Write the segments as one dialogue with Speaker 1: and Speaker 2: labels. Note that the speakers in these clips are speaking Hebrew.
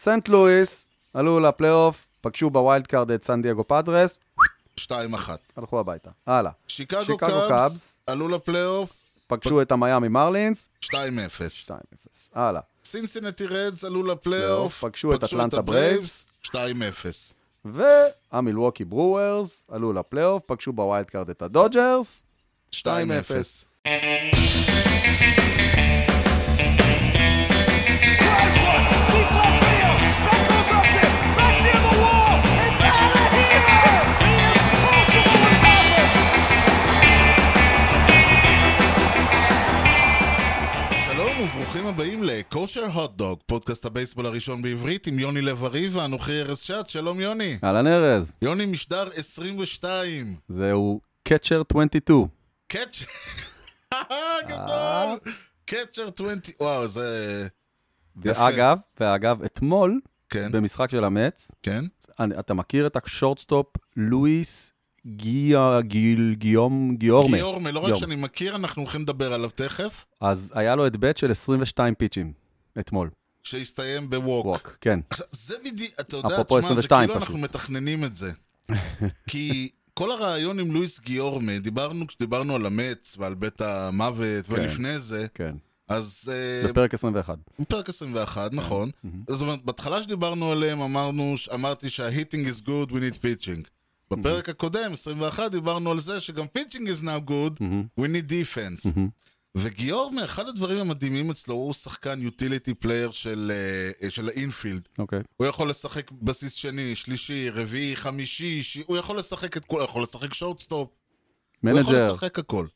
Speaker 1: סנט לואיס עלו לפלייאוף, פגשו בווילד קארד את סן דייגו פאדרס,
Speaker 2: 2-1.
Speaker 1: הלכו הביתה. הלאה.
Speaker 2: שיקגו קאבס עלו לפלייאוף,
Speaker 1: פגשו את המייאמי מרלינס,
Speaker 2: 2-0.
Speaker 1: 2-0. הלאה.
Speaker 2: סינסינטי רדס עלו לפלייאוף,
Speaker 1: פגשו את אטלנטה ברייבס,
Speaker 2: 2-0.
Speaker 1: והמילווקי ברוארס עלו לפלייאוף, פגשו בווילד קארד את הדודג'רס,
Speaker 2: 2-0.
Speaker 3: Drives one, deep left field. That goes up to back near the wall. It's out of here. The impossible has happened.
Speaker 2: שלום וברוכים הבאים לקושר הוט דוג, פודקאסט הבייסבול הראשון בעברית עם יוני לב-ארי ואנוכי ארז שץ. שלום יוני.
Speaker 1: אהלן ארז.
Speaker 2: יוני, משדר 22.
Speaker 1: זהו קצ'ר 22.
Speaker 2: קצ'ר גדול. קצ'ר 20. וואו, זה יפה.
Speaker 1: ואגב, אתמול,
Speaker 2: כן.
Speaker 1: במשחק של המץ,
Speaker 2: כן.
Speaker 1: אתה מכיר את השורטסטופ לואיס גיורמה?
Speaker 2: גיורמה, לא רק שאני מכיר, אנחנו הולכים לדבר עליו תכף.
Speaker 1: אז היה לו את בית של 22 פיצ'ים, אתמול.
Speaker 2: שהסתיים בווק.
Speaker 1: ווק, כן.
Speaker 2: זה בדיוק, אתה יודע,
Speaker 1: אפרופו
Speaker 2: תשמע, זה
Speaker 1: 22
Speaker 2: כאילו
Speaker 1: פשוט.
Speaker 2: אנחנו מתכננים את זה. כי כל הרעיון עם לואיס גיורמה, כשדיברנו על המץ ועל בית המוות ולפני זה,
Speaker 1: כן.
Speaker 2: אז
Speaker 1: בפרק 21.
Speaker 2: בפרק 21, נכון. זאת אומרת, בהתחלה שדיברנו עליהם, אמרתי שה-hitting is good, we need pitching. בפרק הקודם, 21, דיברנו על זה שגם pitching is now good, we need defense. וגיורמה, אחד הדברים המדהימים אצלו, הוא שחקן utility player של האינפילד.
Speaker 1: אוקיי.
Speaker 2: הוא יכול לשחק בסיס שני, שלישי, רביעי, חמישי, הוא יכול לשחק את כל, הוא יכול לשחק שורטסטופ. הוא יכול
Speaker 1: מנג'ר.
Speaker 2: לשחק הכל.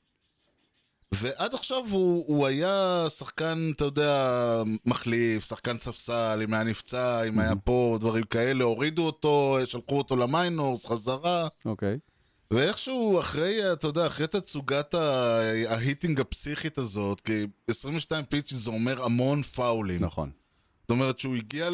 Speaker 2: ועד עכשיו הוא היה שחקן, אתה יודע, מחליף, שחקן ספסל, אם היה נפצע, אם היה פה, דברים כאלה, הורידו אותו, שלחו אותו למיינורס, חזרה.
Speaker 1: אוקיי.
Speaker 2: ואיכשהו אחרי, אתה יודע, אחרי תצוגת ההיטינג הפסיכית הזאת, כי 22 פיצ'ים זה אומר המון פאולים.
Speaker 1: נכון.
Speaker 2: זאת אומרת שהוא הגיע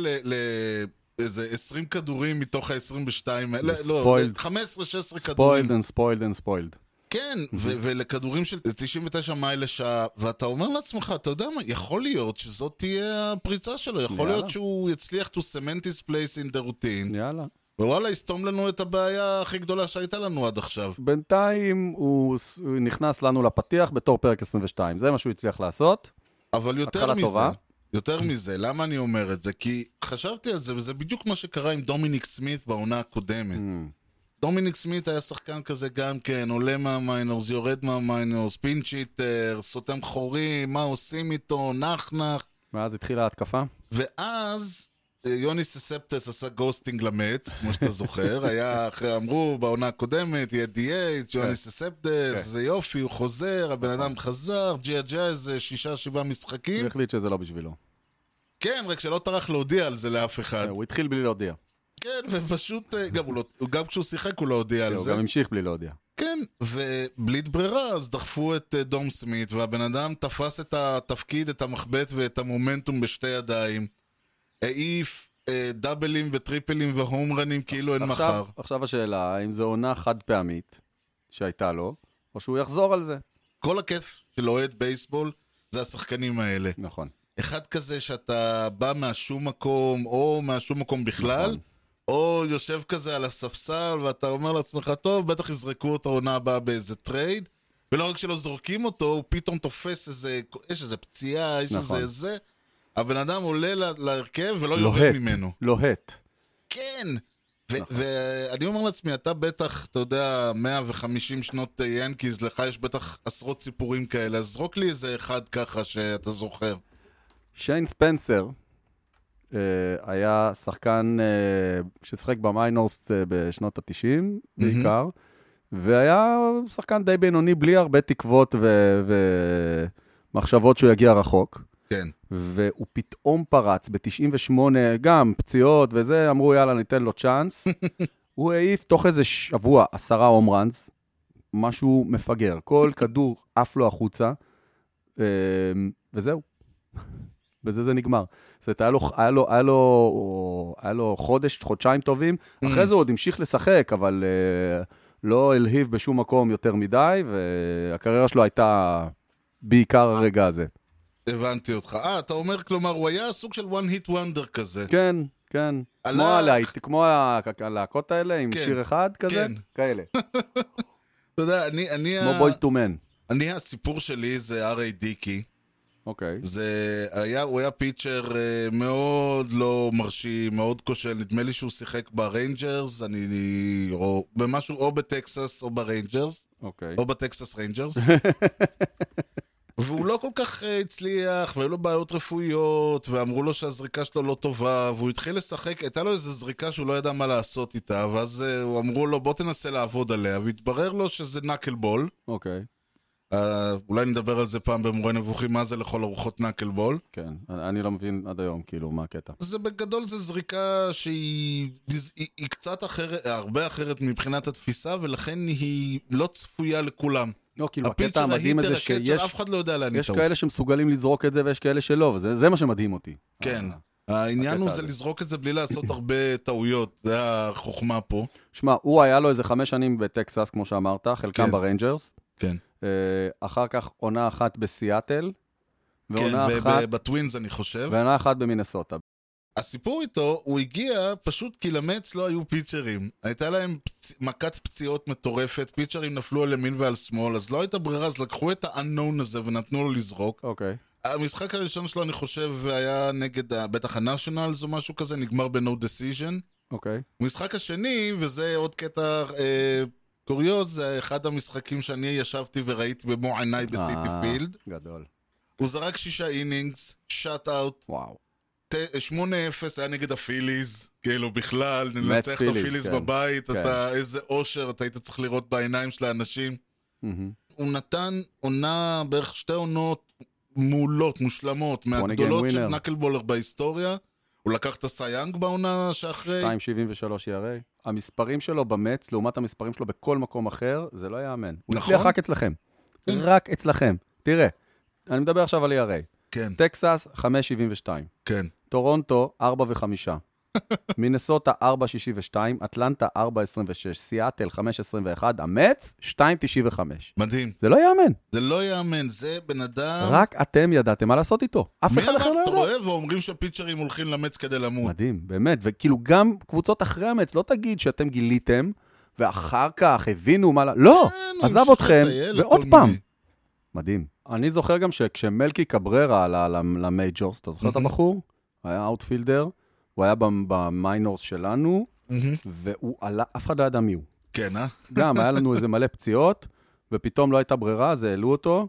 Speaker 2: לאיזה 20 כדורים מתוך ה-22, לא, 15-16 כדורים.
Speaker 1: spoiled.
Speaker 2: כן, ולכדורים של 99 מייל לשעה, ואתה אומר לעצמך, אתה יודע מה, יכול להיות שזאת תהיה הפריצה שלו, יכול להיות שהוא יצליח to cement his place in the routine,
Speaker 1: יאללה.
Speaker 2: ווואלה, יסתום לנו את הבעיה הכי גדולה שהייתה לנו עד עכשיו.
Speaker 1: בינתיים הוא נכנס לנו לפתיח בתור פרק 22. זה מה שהוא הצליח לעשות.
Speaker 2: אבל
Speaker 1: טובה.
Speaker 2: יותר מזה, למה אני אומר את זה? כי חשבתי על זה, וזה בדיוק מה שקרה עם דומיניק סמית בעונה הקודמת. דומיניק סמית היה שחקן כזה גם כן, עולה מהמיינורס, יורד מהמיינורס, פינצ'יטר, סותם חורים, מה עושים איתו, נחנך.
Speaker 1: ואז התחילה ההתקפה.
Speaker 2: ואז יוני סספטס עשה גוסטינג למץ, כמו שאתה זוכר, היה אחרי, אמרו בעונה הקודמת, יהיה DH, יוני סספטס, זה יופי, הוא חוזר, הבן אדם חזר, ג'יה איזה 6-7 משחקים.
Speaker 1: הוא החליט שזה לא בשבילו.
Speaker 2: כן, רק שלא טרח להודיע על זה לאף אחד.
Speaker 1: הוא התחיל בלי להודיע.
Speaker 2: כן, ופשוט, גם כשהוא שיחק הוא לא הודיע על זה.
Speaker 1: הוא גם המשיך בלי להודיע.
Speaker 2: כן, ובלי ברירה, אז דחפו את דום סמית, והבן אדם תפס את התפקיד, את המחבט ואת המומנטום בשתי ידיים. העיף דאבלים וטריפלים והומרנים כאילו אין מחר.
Speaker 1: עכשיו השאלה, האם זו עונה חד פעמית שהייתה לו, או שהוא יחזור על זה?
Speaker 2: כל הכיף של אוהד בייסבול זה השחקנים האלה.
Speaker 1: נכון.
Speaker 2: אחד כזה שאתה בא מהשום מקום, או מהשום מקום בכלל, נכון. או יושב כזה על הספסל, ואתה אומר לעצמך, טוב, בטח יזרקו אותו עונה הבאה באיזה טרייד, ולא רק שלא זורקים אותו, הוא פתאום תופס יש איזה פציעה, יש
Speaker 1: נכון.
Speaker 2: איזה הבן אדם עולה להרכב ולא יורד ממנו.
Speaker 1: לוהט.
Speaker 2: כן. ואני אומר לעצמי, אתה בטח, אתה יודע, 150 שנות ינקיז, לך יש בטח עשרות סיפורים כאלה, אז זרוק לי איזה אחד ככה שאתה זוכר.
Speaker 1: שיין ספנסר היה שחקן ששחק במיינורס בשנות ה-90 בעיקר, והיה שחקן די בינוני בלי הרבה תקוות ומחשבות שהוא יגיע רחוק.
Speaker 2: כן.
Speaker 1: והוא פתאום פרץ ב-98, גם פציעות וזה, אמרו יאללה ניתן לו צ'אנס. הוא העיף תוך איזה שבוע 10 הום ראנס, משהו מפגר. כל כדור עף לו החוצה, וזהו. בזה זה נגמר. זאת אומרת, היה לו חודשיים טובים, אחרי זה הוא עוד המשיך לשחק, אבל לא הלהיב בשום מקום יותר מדי, והקריירה שלו הייתה בעיקר הרגע הזה.
Speaker 2: הבנתי אותך. אתה אומר, כלומר, הוא היה סוג של one hit wonder כזה.
Speaker 1: כן, כן.
Speaker 2: הלך.
Speaker 1: כמו כמו הלהקות האלה, עם
Speaker 2: כן.
Speaker 1: שיר אחד כזה?
Speaker 2: כן.
Speaker 1: כאלה.
Speaker 2: אתה יודע, אני...
Speaker 1: כמו בויז טו מן.
Speaker 2: הסיפור שלי זה ארי דיקי.
Speaker 1: אוקיי.
Speaker 2: הוא היה פיצ'ר מאוד לא מרשים, מאוד כושל. נדמה לי שהוא שיחק בריינג'רס, או במשהו, או בטקסס או בריינג'רס,
Speaker 1: אוקיי.
Speaker 2: או בטקסס ריינג'רס. והוא לא כל כך הצליח, והיו לו בעיות רפואיות, ואמרו לו שהזריקה שלו לא טובה, והוא התחיל לשחק, הייתה לו איזו זריקה שהוא לא ידע מה לעשות איתה, ואז אמרו לו, בוא תנסה לעבוד עליה, והתברר לו שזה נקלבול.
Speaker 1: אוקיי.
Speaker 2: אולי נדבר על זה פעם במורה נבוכים, מה זה לכל ארוחות נקלבול.
Speaker 1: כן, אני לא מבין עד היום, כאילו, מה הקטע.
Speaker 2: זה בגדול זה זריקה שהיא קצת אחרת, הרבה אחרת מבחינת התפיסה, ולכן היא לא צפויה לכולם.
Speaker 1: לא, כאילו, הקטע המדהים הזה שיש...
Speaker 2: אף אחד לא יודע לאן היא
Speaker 1: יש
Speaker 2: תעוף.
Speaker 1: כאלה שמסוגלים לזרוק את זה, ויש כאלה שלא, וזה מה שמדהים אותי.
Speaker 2: כן. העניין הוא זה לזרוק את זה בלי לעשות הרבה טעויות, זה החוכמה פה.
Speaker 1: שמע, הוא היה לו איזה 5 שנים בטקסס, כמו שאמרת, חלקם בריינג'רס.
Speaker 2: כן.
Speaker 1: אחר כך עונה אחת בסיאטל,
Speaker 2: כן, ובטווינס אני חושב.
Speaker 1: ועונה אחת במינסוטה.
Speaker 2: הסיפור איתו, הוא הגיע פשוט כי למץ לא היו פיצ'רים. הייתה להם מכת פציעות מטורפת, פיצ'רים נפלו על ימין ועל שמאל, אז לא הייתה ברירה, אז לקחו את ה-unknown הזה ונתנו לו לזרוק.
Speaker 1: אוקיי.
Speaker 2: המשחק הראשון שלו, אני חושב, היה נגד בטח הנאשונלס או משהו כזה, נגמר ב-no decision.
Speaker 1: אוקיי.
Speaker 2: המשחק השני, וזה עוד קטע קוריוז, זה אחד המשחקים שאני ישבתי וראיתי במו עיניי בסיטי פילד.
Speaker 1: גדול.
Speaker 2: הוא זרק 6 אינינגס, שאט אאוט.
Speaker 1: וואו.
Speaker 2: 8-0 היה נגד הפיליז, כאילו בכלל, ננצח את הפיליז בבית, אתה איזה אושר, אתה היית צריך לראות בעיניים של האנשים. הוא נתן עונה, בערך 2 עונות מעולות, מושלמות, מהגדולות של נקלבולר בהיסטוריה. הוא לקח את הסייאנג בעונה שאחרי. 2.73
Speaker 1: ERA. המספרים שלו במץ, לעומת המספרים שלו בכל מקום אחר, זה לא יאמן. הוא הצליח רק אצלכם. רק אצלכם. תראה, אני מדבר עכשיו על ERA.
Speaker 2: כן.
Speaker 1: טקסס, 5.72.
Speaker 2: כן.
Speaker 1: טורונטו, 4.5. מינסוטה, 4.62. אטלנטה, 4.26. סיאטל, 5.21. המץ, 2.95.
Speaker 2: מדהים.
Speaker 1: זה לא יאמן.
Speaker 2: זה לא יאמן, זה בן אדם...
Speaker 1: רק אתם ידעתם מה לעשות איתו. אף אחד אחר לא ידע.
Speaker 2: אתה רואה ואומרים שהפיצ'רים הולכים למץ כדי למות.
Speaker 1: מדהים, באמת. וכאילו גם קבוצות אחרי המץ, לא תגיד שאתם גיליתם, ואחר כך הבינו מה... לא, עזב אתכם, ועוד פעם. מדהים. אני זוכר גם שכשמלקי קבררה עלה למייג'ורס, אתה זוכר את הבחור? הוא היה אאוטפילדר, הוא היה במיינורס שלנו, והוא עלה, אף אחד לא ידע מי הוא.
Speaker 2: כן,
Speaker 1: גם, היה לנו איזה מלא פציעות, ופתאום לא הייתה ברירה, אז העלו אותו,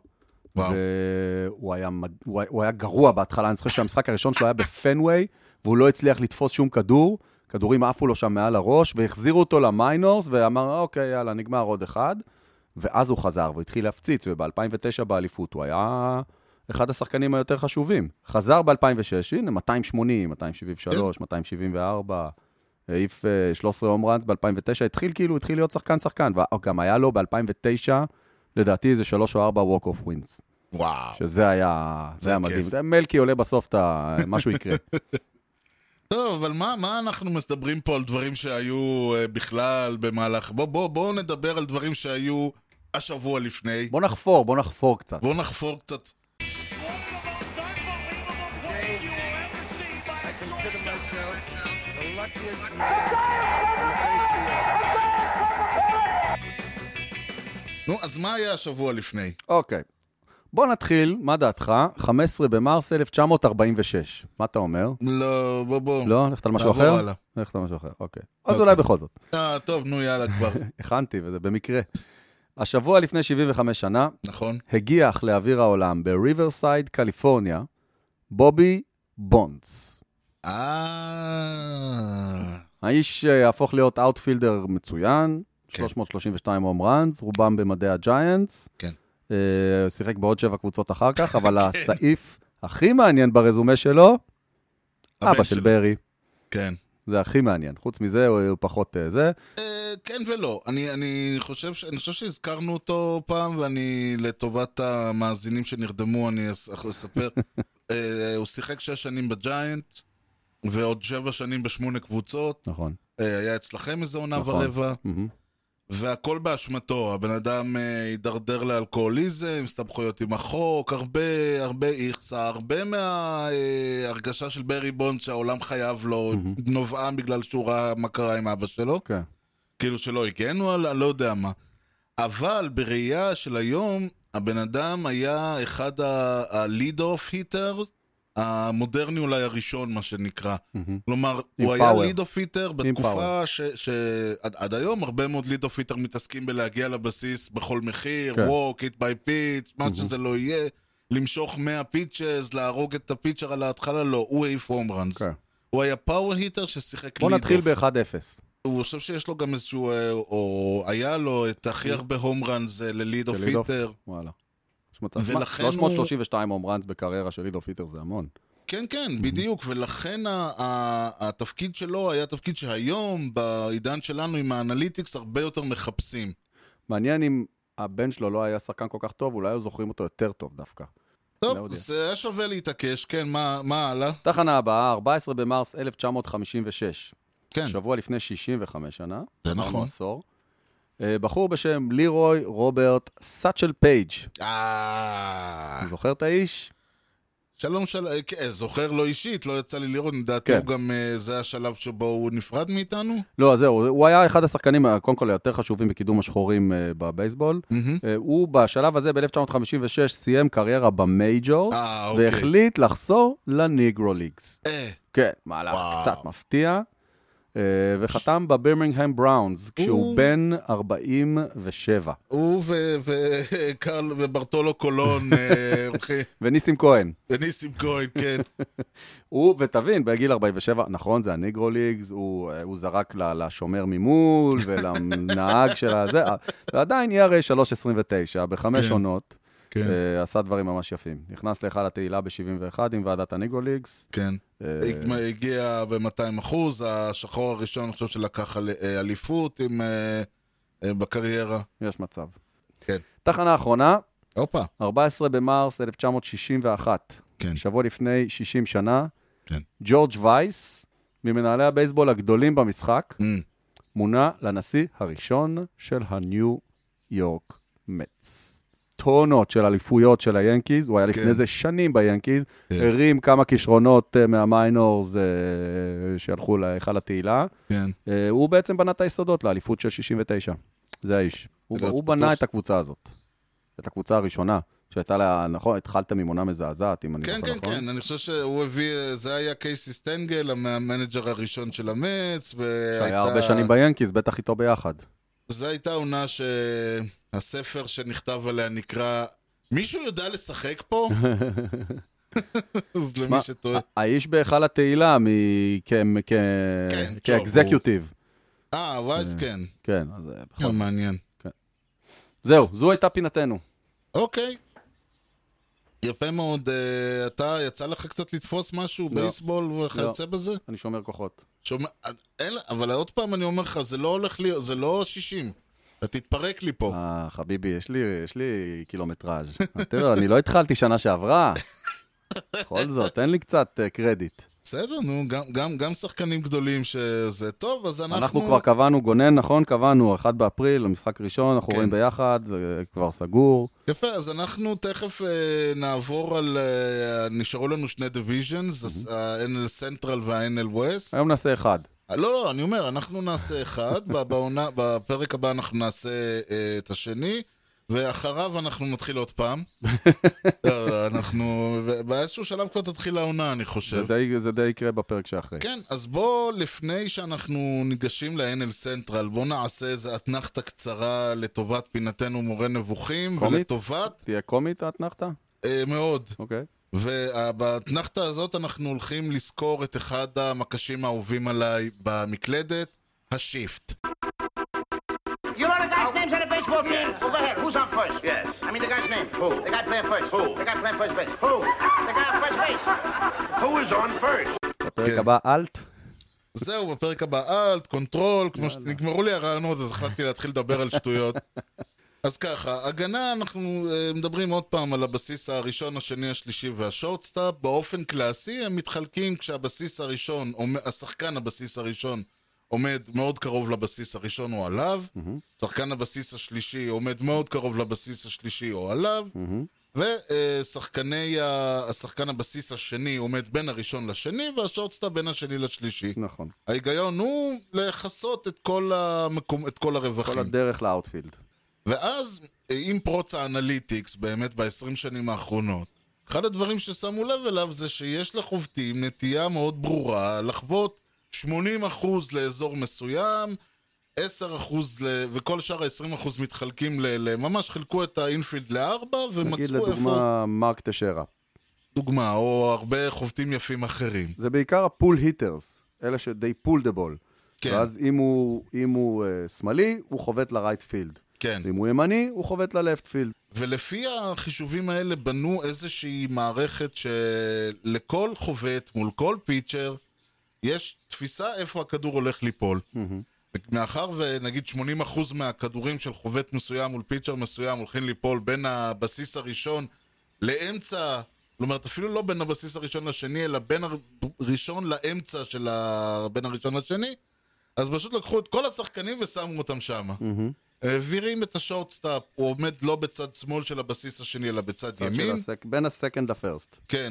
Speaker 1: והוא היה גרוע בהתחלה, אני זוכר שהמשחק הראשון שלו היה בפנוויי, והוא לא הצליח לתפוס שום כדור, כדורים עפו לו שם מעל הראש, והחזירו אותו למיינורס, ואמר, אוקיי, יאללה, נגמר עוד אחד. ואז הוא חזר, והוא התחיל להפציץ, וב-2009 באליפות הוא היה אחד השחקנים היותר חשובים. חזר ב-2006, הנה, 280, 273, 274, העיף 13 הום-ראנס ב-2009, התחיל להיות שחקן, וגם היה לו ב-2009, לדעתי איזה 3 או 4 walk-off wins.
Speaker 2: וואו.
Speaker 1: שזה היה מדהים. מלקי עולה בסוף, משהו יקרה.
Speaker 2: טוב, אבל מה אנחנו מדברים פה על דברים שהיו בכלל במהלך... בואו נדבר על דברים שהיו השבוע לפני.
Speaker 1: בוא נחפור קצת.
Speaker 2: נו, אז מה היה השבוע לפני?
Speaker 1: אוקיי. בוא נתחיל, מה דעתך? 15 במרס 1946. מה אתה אומר?
Speaker 2: לא, בוא.
Speaker 1: לא? הלכת על משהו אחר? הלכת על משהו אחר, אוקיי. אז אולי בכל זאת.
Speaker 2: טוב, נו, יאללה כבר.
Speaker 1: הכנתי, וזה במקרה. השבוע לפני 75 שנה,
Speaker 2: נכון.
Speaker 1: הגיח לאוויר העולם בריברסייד, קליפורניה, בובי בונדס. האיש יהפוך להיות אאוטפילדר מצוין, 332 הום ראנס, רובם במדעי הג'יינטס.
Speaker 2: כן.
Speaker 1: שיחק בעוד 7 קבוצות אחר כך, אבל הסעיף הכי מעניין ברזומה שלו, אבא של ברי.
Speaker 2: כן.
Speaker 1: זה הכי מעניין. חוץ מזה, הוא פחות זה.
Speaker 2: כן ולא. אני חושב שהזכרנו אותו פעם, ואני לטובת המאזינים שנרדמו, אני אספר. הוא שיחק 6 שנים בג'יינט, ועוד 7 שנים ב8 קבוצות.
Speaker 1: נכון.
Speaker 2: היה אצלכם איזו עונה ורבע. והכל באשמתו. הבן אדם הידרדר לאלכוהוליזם, הסתבכויות עם החוק, הרבה איכסה, הרבה מההרגשה של ברי בונד שהעולם חייב לו, נובעה בגלל שהוא ראה מה קרה עם אבא שלו.
Speaker 1: כן.
Speaker 2: כאילו שלא הגנו על, לא יודע מה. אבל בראייה של היום, הבן אדם היה אחד ה-lead off hitters, המודרני אולי הראשון, מה שנקרא. כלומר, הוא היה lead off hitter בתקופה שעד היום הרבה מאוד lead off hitter מתעסקים בלהגיע לבסיס בכל מחיר, walk, hit by pitch, מה שזה לא יהיה, למשוך 100 פיצ'ס, להרוג את הפיצ'ר על ההתחלה, לא, הוא העיף הום ראנס. הוא היה פאוור היטר ששיחק lead off.
Speaker 1: בוא נתחיל ב-1-0.
Speaker 2: הוא חושב שיש לו גם איזשהו, או היה לו את הכי הרבה הום ראנס לליד אוף היטר.
Speaker 1: וואלה. 332 הום ראנס בקריירה של ליד אוף היטר זה המון.
Speaker 2: כן, כן, בדיוק, ולכן התפקיד שלו היה תפקיד שהיום, בעידן שלנו עם האנליטיקס, הרבה יותר מחפשים.
Speaker 1: מעניין אם הבן שלו לא היה שחקן כל כך טוב, אולי היו זוכרים אותו יותר טוב דווקא.
Speaker 2: טוב, זה היה שווה להתעקש, כן, מה הלאה?
Speaker 1: תחנה הבאה, 14 במרס 1956.
Speaker 2: כן.
Speaker 1: שבוע לפני 65 שנה.
Speaker 2: זה נכון.
Speaker 1: בחור בשם לירוי רוברט סאצ'ל פייג'. זוכר את האיש?
Speaker 2: שלום, זוכר לו אישית, לא יצא לי לראות, לדעתי הוא גם, זה השלב שבו הוא נפרד מאיתנו?
Speaker 1: לא, זהו, הוא היה אחד השחקנים, קודם כל, היותר חשובים בקידום השחורים בבייסבול. הוא בשלב הזה, ב-1956, סיים קריירה במייג'ור, והחליט לחזור לניגרו ליגס. כן, מהלך קצת מפתיע. וחתם בבירמינגהם בראונס, כשהוא בן 47.
Speaker 2: הוא וקרל וברטולו קולון.
Speaker 1: וניסים כהן.
Speaker 2: וניסים כהן, כן.
Speaker 1: הוא, ותבין, בגיל 47, נכון, זה הניגרו ליגס, הוא זרק לשומר ממול, ולנהג של הזה, ועדיין יהיה הרי 3.29, בחמש עונות. עשה דברים ממש יפים. נכנס להיכל התהילה ב-71 עם ועדת הניגרו ליגס.
Speaker 2: כן. הגיע ב-200%, השחור הראשון, אני חושב שלקח אליפות בקריירה.
Speaker 1: יש מצב.
Speaker 2: כן.
Speaker 1: תחנה האחרונה,
Speaker 2: אופה.
Speaker 1: 14 במרס 1961.
Speaker 2: כן.
Speaker 1: שבוע לפני 60 שנה.
Speaker 2: כן.
Speaker 1: ג'ורג' וייס, ממנהלי הבייסבול הגדולים במשחק, מונה לנשיא הראשון של הניו יורק מצ. טונות של אליפויות של היאנקיז, הוא היה לפני זה שנים ביאנקיז, הרים כמה כישרונות מהמיינורס שהלכו להיכל התהילה, הוא בעצם בנה את היסודות לאליפות של 69, זה האיש. הוא בנה את הקבוצה הזאת, את הקבוצה הראשונה, שהייתה לה, נכון, התחלתם עם עונה מזעזעת, אם אני זוכר נכון?
Speaker 2: כן, כן, אני חושב שהוא הביא, זה היה קייסי סטנגל, המנג'ר הראשון של המץ,
Speaker 1: היה הרבה שנים ביאנקיז, בטח איתו ביחד.
Speaker 2: זו הייתה עונה שהספר שנכתב עליה נקרא, מישהו יודע לשחק פה? אז למי שטועה.
Speaker 1: האיש בהיכל התהילה כאקזקיוטיב.
Speaker 2: וייס כן.
Speaker 1: כן, אז
Speaker 2: מעניין.
Speaker 1: זהו, זו הייתה פינתנו.
Speaker 2: אוקיי. יפה מאוד. אתה, יצא לך קצת לתפוס משהו, בייסבול וכיוצא בזה?
Speaker 1: אני שומר כוחות.
Speaker 2: אבל עוד פעם אני אומר לך, זה לא הולך להיות, זה לא 60. אתה תתפרק לי פה.
Speaker 1: חביבי, יש לי קילומטראז'. תראה, אני לא התחלתי שנה שעברה. בכל זאת, תן לי קצת קרדיט.
Speaker 2: בסדר, נו, גם שחקנים גדולים שזה טוב, אז
Speaker 1: אנחנו כבר קבענו, גונן, נכון? קבענו 1 באפריל, המשחק ראשון, אנחנו רואים ביחד, זה כבר סגור.
Speaker 2: יפה, אז אנחנו תכף נעבור על, נשארו לנו שני דיוויז'נס, ה-NL Central וה-NL West.
Speaker 1: היום נעשה 1.
Speaker 2: לא, אני אומר, אנחנו נעשה 1, בפרק הבא אנחנו נעשה את השני, ואחריו אנחנו נתחיל עוד פעם. לא, אנחנו, באיזשהו שלב כבר תתחיל העונה, אני חושב.
Speaker 1: זה די יקרה בפרק שאחרי.
Speaker 2: כן, אז בוא, לפני שאנחנו ניגשים ל-NL Central, בוא נעשה איזו אתנחתה קצרה לטובת פינתנו מורה נבוכים, ולטובת...
Speaker 1: תהיה קומית האתנחתה?
Speaker 2: מאוד.
Speaker 1: אוקיי.
Speaker 2: ובאתנחתה הזאת אנחנו הולכים לזכור את אחד המקשים האהובים עליי במקלדת, השיפט.
Speaker 4: You know the guy's names on the baseball team? Well, go ahead. Who's on first? Yes. I mean the guy's name. Who? The guy playing first. Who? The guy playing first base. Who? The guy on first base. Who is on first?
Speaker 1: בפרק הבא אלט.
Speaker 2: זהו, בפרק הבא אלט, קונטרול, כמו שנגמרו לי הרעיונות, אז החלטתי להתחיל לדבר על שטויות. אז ככה, הגנה, אנחנו מדברים עוד פעם על הבסיס הראשון, השני, השלישי והשורטסטאפ. באופן קלאסי הם מתחלקים כשהבסיס הראשון, או השחקן הבסיס הראשון, עומד מאוד קרוב לבסיס הראשון או עליו, שחקן הבסיס השלישי עומד מאוד קרוב לבסיס השלישי או עליו, ושחקן הבסיס השני עומד בין הראשון לשני, והשורטסטאפ בין השני לשלישי.
Speaker 1: נכון.
Speaker 2: ההיגיון הוא לחסות את כל הרווחים.
Speaker 1: כל הדרך לאוטפילד.
Speaker 2: ואז, עם פרוץ האנליטיקס, באמת ב-20 שנים האחרונות, אחד הדברים ששמו לב אליו זה שיש לחובטים נטייה מאוד ברורה לחוות 80% לאזור מסוים, 10% וכל שאר ה-20% מתחלקים ממש חילקו את האינפילד ל4 ומצאו איפה...
Speaker 1: נגיד לדוגמה מרק טשרה.
Speaker 2: דוגמה, או הרבה חובטים יפים אחרים.
Speaker 1: זה בעיקר הפול היטרס, אלה ש-they pull the ball.
Speaker 2: כן.
Speaker 1: ואז אם הוא שמאלי, הוא חובט לרייט פילד.
Speaker 2: כן.
Speaker 1: אם הוא ימני, הוא חובט ללפט פילד.
Speaker 2: ולפי החישובים האלה בנו איזושהי מערכת שלכל חובט מול כל פיצ'ר יש תפיסה איפה הכדור הולך ליפול. מאחר ונגיד 80% מהכדורים של חובט מסוים מול פיצ'ר מסוים הולכים ליפול בין הבסיס הראשון לאמצע, כלומר אפילו לא בין הבסיס הראשון לשני, אלא בין הראשון לאמצע של בין הראשון לשני, אז פשוט לקחו את כל השחקנים ושמו אותם שם. העבירים את השורטסטאפ, הוא עומד לא בצד שמאל של הבסיס השני, אלא בצד ימין.
Speaker 1: בין הסקנד לפרסט.
Speaker 2: כן.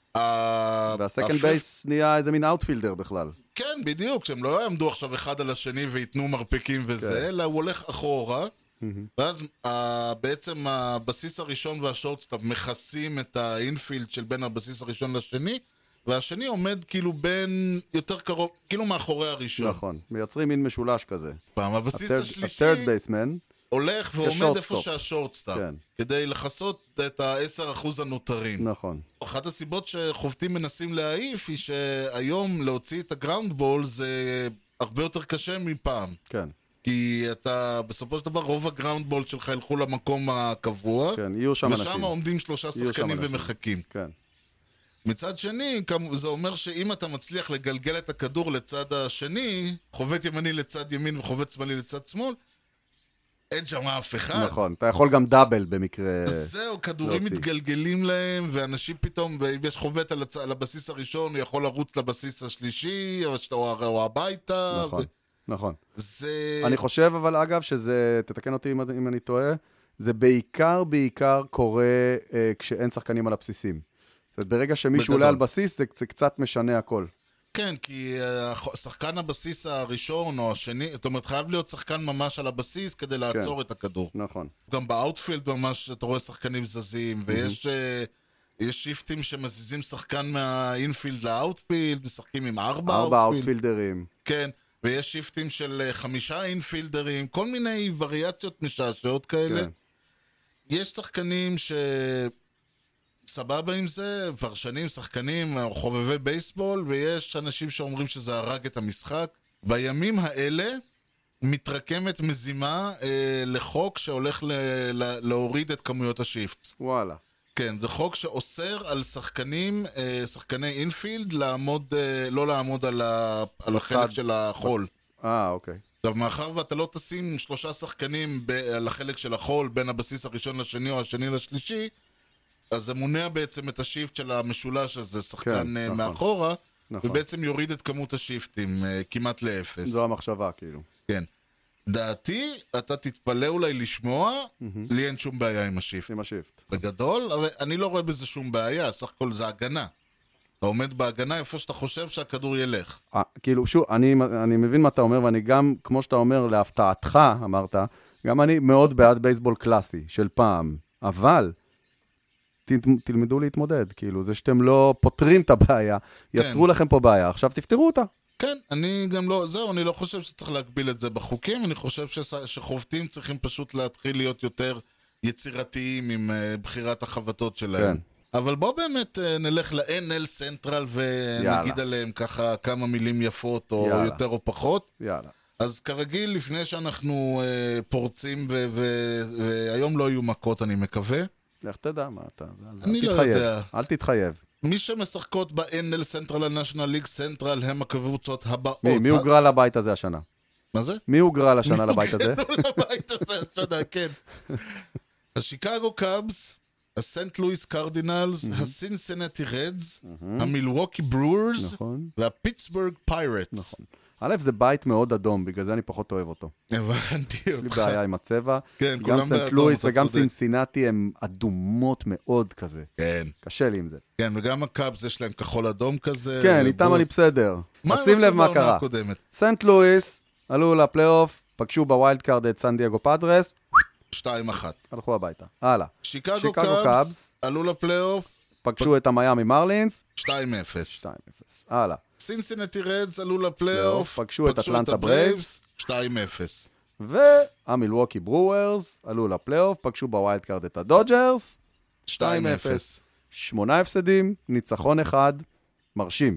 Speaker 1: והסקנד בייס נהיה איזה מין אאוטפילדר בכלל.
Speaker 2: כן, בדיוק, שהם לא יעמדו עכשיו אחד על השני ויתנו מרפקים וזה, אלא הוא הולך אחורה, ואז בעצם הבסיס הראשון והשורטסטאפ מכסים את האינפילד של בין הבסיס הראשון לשני, והשני עומד כאילו בין יותר קרוב, כאילו מאחורי הראשון.
Speaker 1: נכון, מייצרים מין משולש כזה.
Speaker 2: פעם, הבסיס השלישי
Speaker 1: ה-third baseman
Speaker 2: הולך ועומד איפה שהשורטסטאפ,
Speaker 1: כן.
Speaker 2: כדי לחסות את ה-10% הנותרים.
Speaker 1: נכון.
Speaker 2: אחת הסיבות שחובטים מנסים להעיף היא שהיום להוציא את הגראונד בול זה הרבה יותר קשה מפעם.
Speaker 1: כן.
Speaker 2: כי אתה, בסופו של דבר, רוב הגראונד בול שלך ילכו למקום הקבוע.
Speaker 1: כן, יהיו שם אנשים.
Speaker 2: ושם עומדים 3 שחקנים ומחכים.
Speaker 1: כן.
Speaker 2: מצד שני, זה אומר שאם אתה מצליח לגלגל את הכדור לצד השני, חובט ימני לצד ימין וחובט שמאלי לצד שמאל, אין שם אף אחד.
Speaker 1: נכון, אתה יכול גם דאבל במקרה.
Speaker 2: זהו, כדורים מתגלגלים להם, ואנשים פתאום, ואם יש חובט על הבסיס הראשון, הוא יכול לרוץ לבסיס השלישי, או הביתה.
Speaker 1: נכון, נכון.
Speaker 2: זה...
Speaker 1: אני חושב אבל אגב שזה, תתקן אותי אם אני טועה, זה בעיקר קורה כשאין שחקנים על הבסיסים. זאת אומרת, ברגע שמישהו עולה על בסיס, זה קצת משנה הכל.
Speaker 2: כן, כי שחקן הבסיס הראשון או השני, זאת אומרת, חייב להיות שחקן ממש על הבסיס כדי לעצור את הכדור.
Speaker 1: נכון.
Speaker 2: גם באוטפילד ממש אתה רואה שחקנים זזים, ויש שיפטים שמזיזים שחקן מהאינפילד לאוטפילד, משחקים עם 4
Speaker 1: אוטפילדרים.
Speaker 2: כן, ויש שיפטים של 5 אינפילדרים, כל מיני וריאציות משעשעות כאלה. יש שחקנים סבבה עם זה, פרשנים, שחקנים, חובבי בייסבול, ויש אנשים שאומרים שזה הרג את המשחק. בימים האלה מתרקמת מזימה לחוק שהולך להוריד את כמויות השיפטס.
Speaker 1: וואלה.
Speaker 2: כן, זה חוק שאוסר על שחקני אינפילד, לא לעמוד על החלק של החול.
Speaker 1: אוקיי.
Speaker 2: עכשיו, מאחר ואתה לא תשים 3 שחקנים על החלק של החול בין הבסיס הראשון לשני או השני לשלישי, אז זה מונע בעצם את השיפט של המשולש הזה, שחקן מאחורה, ובעצם יוריד את כמות השיפטים כמעט לאפס.
Speaker 1: זו המחשבה, כאילו.
Speaker 2: כן. דעתי, אתה תתפלא אולי לשמוע, לי אין שום בעיה עם השיפט.
Speaker 1: עם השיפט.
Speaker 2: בגדול, אבל אני לא רואה בזה שום בעיה, סך הכל זה הגנה. אתה עומד בהגנה איפה שאתה חושב שהכדור ילך.
Speaker 1: כאילו, שוב, אני מבין מה אתה אומר, ואני גם, כמו שאתה אומר, להפתעתך, אמרת, גם אני מאוד בעד בייסבול קלאסי של פעם, אבל תלמדו להתמודד, כאילו, זה שאתם לא פותרים את הבעיה, יצרו לכם פה בעיה, עכשיו תפתרו אותה.
Speaker 2: כן, אני גם לא, אני לא חושב שצריך להגביל את זה בחוקים, אני חושב שחובטים צריכים פשוט להתחיל להיות יותר יצירתיים עם בחירת החבטות שלהם. כן. אבל בוא באמת נלך ל-NL סנטרל ונגיד עליהם ככה כמה מילים יפות או יותר או פחות.
Speaker 1: יאללה.
Speaker 2: אז כרגיל, לפני שאנחנו פורצים, והיום לא יהיו מכות, אני מקווה.
Speaker 1: לך תדע מה אתה.
Speaker 2: אני לא יודע.
Speaker 1: אל תתחייב.
Speaker 2: מי שמשחקות ב-NL סנטרל, הנשיונל ליג סנטרל, הם הקבוצות הבאות.
Speaker 1: מי הוגרל לבית הזה השנה?
Speaker 2: מה זה?
Speaker 1: מי הוגרל השנה לבית הזה?
Speaker 2: מי הוגרל לבית הזה השנה, כן. השיקגו קאבס, הסנט לואיס קרדינלס, הסינסינטי רדס, המילווקי ברורס והפיטסבורג פיירטס.
Speaker 1: נכון. א', זה בית מאוד אדום, בגלל זה אני פחות אוהב אותו.
Speaker 2: הבנתי אותך.
Speaker 1: יש לי בעיה עם הצבע.
Speaker 2: כן,
Speaker 1: גם
Speaker 2: כולם
Speaker 1: סנט
Speaker 2: באדום,
Speaker 1: לואיס
Speaker 2: אתה
Speaker 1: וגם
Speaker 2: צודק.
Speaker 1: סינסינטי הם אדומות מאוד כזה.
Speaker 2: כן.
Speaker 1: קשה לי עם זה.
Speaker 2: כן, וגם הקאבס יש להם כחול אדום כזה.
Speaker 1: כן, איתם
Speaker 2: בוז.
Speaker 1: אני בסדר.
Speaker 2: מה הם
Speaker 1: שים
Speaker 2: עשו
Speaker 1: לב מה
Speaker 2: בעונה
Speaker 1: קרה.
Speaker 2: הקודמת?
Speaker 1: סנט לואיס עלו לפלייאוף, פגשו בווילד קארד את סן דייגו פאדרס,
Speaker 2: 2-1.
Speaker 1: הלכו הביתה. הלאה.
Speaker 2: שיקגו
Speaker 1: קאבס.
Speaker 2: קאבס עלו לפלייאוף,
Speaker 1: פגשו את המיאמי מרלינס,
Speaker 2: 2-0.
Speaker 1: 2-0. הלאה.
Speaker 2: סינסינטי רדס עלו לפלייאוף,
Speaker 1: פגשו את אטלנטה ברייבס,
Speaker 2: 2-0.
Speaker 1: והמילווקי ברוורס עלו לפלייאוף, פגשו בווילד קארד את הדודג'רס,
Speaker 2: 2-0.
Speaker 1: 8 הפסדים, ניצחון אחד, מרשים.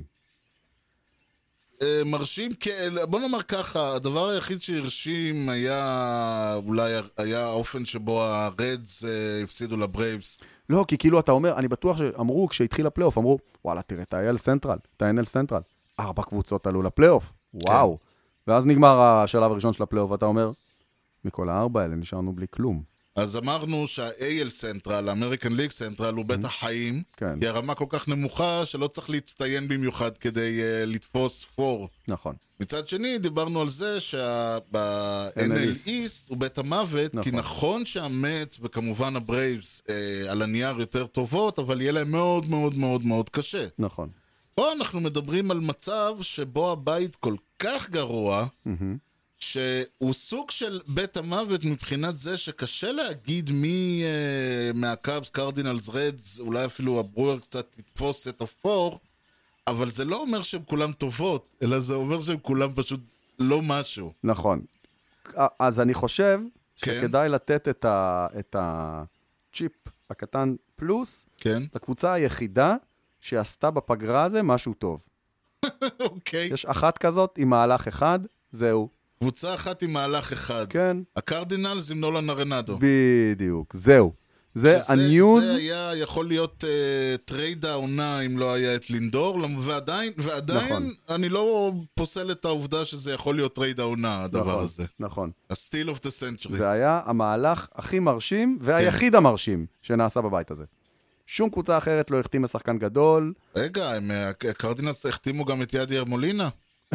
Speaker 2: מרשים, בוא נאמר ככה, הדבר היחיד שהרשים היה האופן שבו הרדס הפסידו לברייבס.
Speaker 1: לא, כי כאילו אתה אומר, אני בטוח שאמרו, כשהתחיל הפלייאוף, אמרו, וואלה, תראה, את ה-AL סנטרל, את ה-NL סנטרל, 4 קבוצות עלו לפלייאוף, וואו. ואז נגמר השלב הראשון של הפלייאוף, ואתה אומר, מכל 4 האלה נשארנו בלי כלום.
Speaker 2: אז אמרנו שה-AL סנטרל, האמריקן ליג סנטרל, הוא בית החיים,
Speaker 1: כן.
Speaker 2: כי הרמה כל כך נמוכה שלא צריך להצטיין במיוחד כדי לתפוס פור.
Speaker 1: נכון.
Speaker 2: מצד שני, דיברנו על זה ב-NL East הוא בית המוות, כי נכון שהמץ וכמובן הברייבס על הנייר יותר טובות, אבל יהיה להם מאוד מאוד מאוד מאוד קשה.
Speaker 1: נכון.
Speaker 2: פה אנחנו מדברים על מצב שבו הבית כל כך גרוע, שהוא סוג של בית המוות מבחינת זה שקשה להגיד מי מהקאבס, קרדינלס, רדס, אולי אפילו הברואר קצת יתפוס את הפור, אבל זה לא אומר שהן כולם טובות, אלא זה אומר שהן כולם פשוט לא משהו.
Speaker 1: נכון. אז אני חושב
Speaker 2: כן.
Speaker 1: שכדאי לתת את הצ'יפ הקטן פלוס,
Speaker 2: כן?
Speaker 1: לקבוצה היחידה שעשתה בפגרה הזה משהו טוב.
Speaker 2: אוקיי.
Speaker 1: יש אחת כזאת עם מהלך אחד, זהו.
Speaker 2: קבוצה אחת עם מהלך אחד.
Speaker 1: כן.
Speaker 2: הקרדינלס עם נולן ארנדו.
Speaker 1: בדיוק, זהו. זה הניוז.
Speaker 2: זה היה יכול להיות טרייד העונה אם לא היה את לינדור, ועדיין
Speaker 1: נכון.
Speaker 2: אני לא פוסל את העובדה שזה יכול להיות טרייד העונה, הדבר
Speaker 1: נכון,
Speaker 2: הזה.
Speaker 1: נכון.
Speaker 2: ה-Steal of the Century.
Speaker 1: זה היה המהלך הכי מרשים והיחיד המרשים שנעשה בבית הזה. שום קבוצה אחרת לא החתימה שחקן גדול.
Speaker 2: רגע, הקרדינלס החתימו גם את ידיאר מולינה?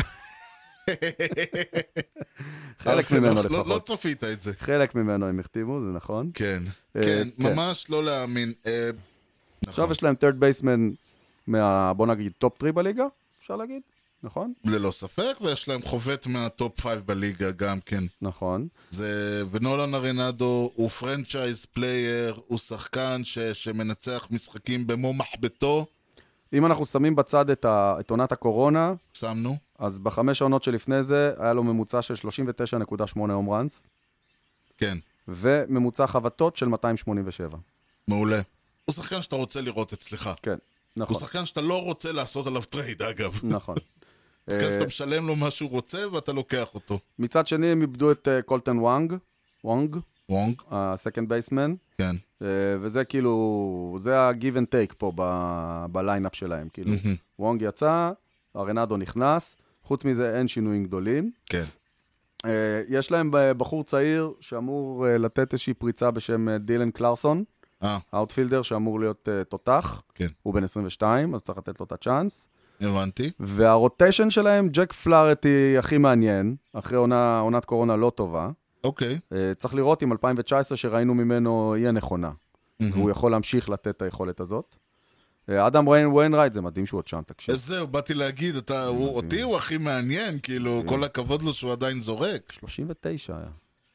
Speaker 1: חלק ממנו לפחות.
Speaker 2: לא צפית את זה.
Speaker 1: חלק ממנו הם החתימו, זה נכון.
Speaker 2: כן, כן, ממש לא להאמין.
Speaker 1: עכשיו יש להם third baseman בוא נגיד טופ 3 בליגה, אפשר להגיד, נכון?
Speaker 2: ללא ספק, ויש להם חובט מהטופ 5 בליגה גם כן.
Speaker 1: נכון.
Speaker 2: ונולן ארנדו הוא פרנצ'ייז פלייר, הוא שחקן שמנצח משחקים במו מחבטו.
Speaker 1: אם אנחנו שמים בצד את עונת הקורונה,
Speaker 2: שמנו.
Speaker 1: אז ב5 העונות שלפני זה היה לו ממוצע של 39.8 הום ראנס.
Speaker 2: כן.
Speaker 1: וממוצע חבטות של 287.
Speaker 2: מעולה. הוא שחקן שאתה רוצה לראות אצלך.
Speaker 1: כן, נכון.
Speaker 2: הוא שחקן שאתה לא רוצה לעשות עליו טרייד, אגב.
Speaker 1: נכון.
Speaker 2: שחקן שאתה משלם לו מה שהוא רוצה ואתה לוקח אותו.
Speaker 1: מצד שני הם איבדו את קולטן וונג,
Speaker 2: וונג?
Speaker 1: הסקנד בייסמן.
Speaker 2: כן.
Speaker 1: וזה כאילו, זה ה-give and take פה בליינאפ שלהם. כאילו, וונג יצא, ארנדו נכנס, חוץ מזה אין שינויים גדולים.
Speaker 2: כן.
Speaker 1: יש להם בחור צעיר שאמור לתת איזושהי פריצה בשם דילן קלרסון, האוטפילדר שאמור להיות תותח.
Speaker 2: כן.
Speaker 1: הוא בן 22, אז צריך לתת לו את הצ'אנס.
Speaker 2: הבנתי.
Speaker 1: והרוטיישן שלהם, ג'ק פלארטי הכי מעניין, אחרי עונת קורונה לא טובה.
Speaker 2: אוקיי.
Speaker 1: צריך לראות אם 2019 שראינו ממנו היא הנכונה. והוא יכול להמשיך לתת את היכולת הזאת. אדם ויינרייט, זה מדהים שהוא עוד שם, תקשיב.
Speaker 2: זהו, באתי להגיד, אותי הוא הכי מעניין, כאילו, כל הכבוד לו שהוא עדיין זורק.
Speaker 1: 39 היה.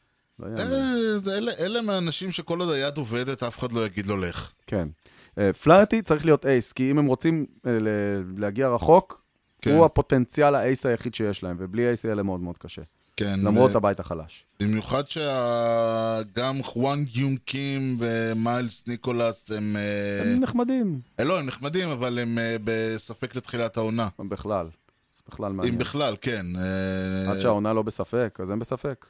Speaker 2: אלה מהאנשים שכל עוד היד עובדת, אף אחד לא יגיד לו לך.
Speaker 1: כן. פלארטי צריך להיות אייס, כי אם הם רוצים להגיע רחוק, הוא הפוטנציאל האייס היחיד שיש להם, ובלי אייס יהיה להם מאוד מאוד קשה.
Speaker 2: כן.
Speaker 1: למרות הבית החלש.
Speaker 2: במיוחד שגם חואנג יונג קים ומיילס ניקולס הם
Speaker 1: נחמדים.
Speaker 2: לא, הם נחמדים, אבל הם בספק לתחילת העונה.
Speaker 1: הם בכלל. זה בכלל מעניין.
Speaker 2: אם בכלל, כן.
Speaker 1: עד שהעונה לא בספק, אז הם בספק.